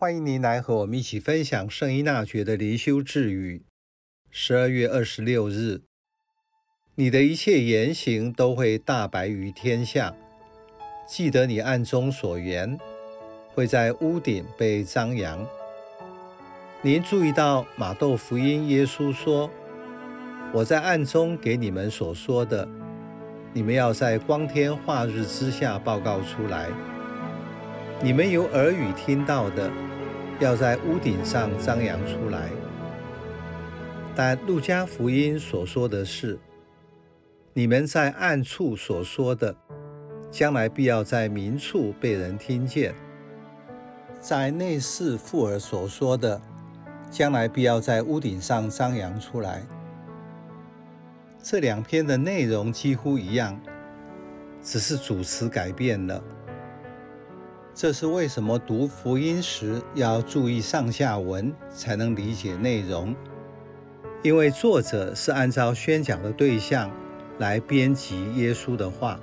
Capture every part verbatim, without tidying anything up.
欢迎您来和我们一起分享圣依纳爵的灵修智语。十二月二十六日，你的一切言行都会大白于天下。记得你暗中所言，会在屋顶被张扬。您注意到马窦福音耶稣说，我在暗中给你们所说的，你们要在光天化日之下报告出来。你们有耳语听到的，要在屋顶上张扬出来。但路加福音所说的是，你们在暗处所说的，将来必要在明处被人听见。在内室妇儿所说的，将来必要在屋顶上张扬出来。这两篇的内容几乎一样，只是主词改变了。这是为什么读福音时要注意上下文，才能理解内容。因为作者是按照宣讲的对象来编辑耶稣的话。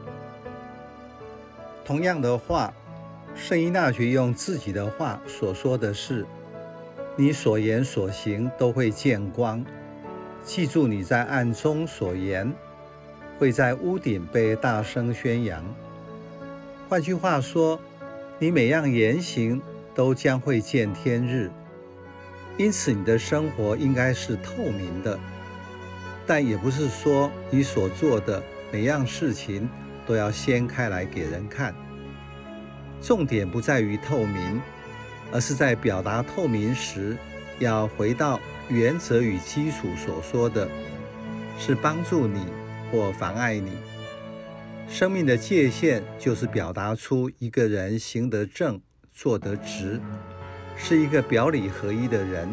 同样的话，圣依纳爵用自己的话所说的是，你所言所行都会见光。记住你在暗中所言，会在屋顶被大声宣扬。换句话说，你每样言行都将会见天日，因此你的生活应该是透明的。但也不是说你所做的每样事情都要掀开来给人看。重点不在于透明，而是在表达透明时，要回到原则与基础所说的，是帮助你或妨碍你。生命的界限就是表达出一个人行得正，做得直，是一个表里合一的人。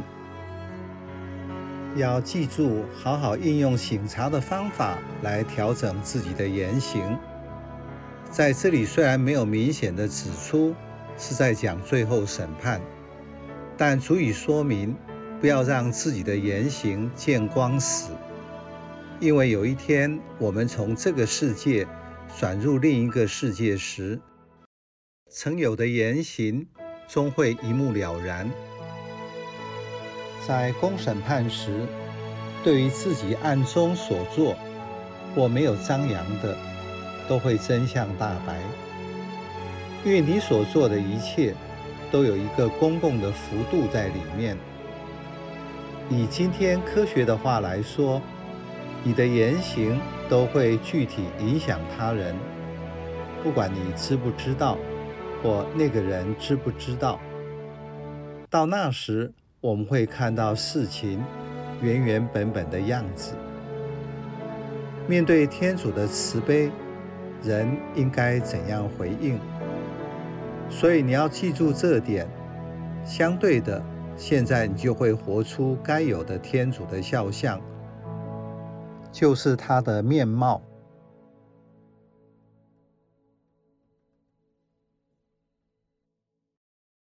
要记住，好好应用省察的方法来调整自己的言行。在这里虽然没有明显的指出是在讲最后审判，但足以说明不要让自己的言行见光死。因为有一天我们从这个世界转入另一个世界时，曾有的言行终会一目了然。在公审判时，对于自己暗中所做或没有张扬的，都会真相大白。因为你所做的一切都有一个公共的幅度在里面。以今天科学的话来说，你的言行都会具体影响他人，不管你知不知道，或那个人知不知道。到那时，我们会看到事情原原本本的样子。面对天主的慈悲，人应该怎样回应？所以你要记住这点。相对的，现在你就会活出该有的天主的肖像，就是他的面貌。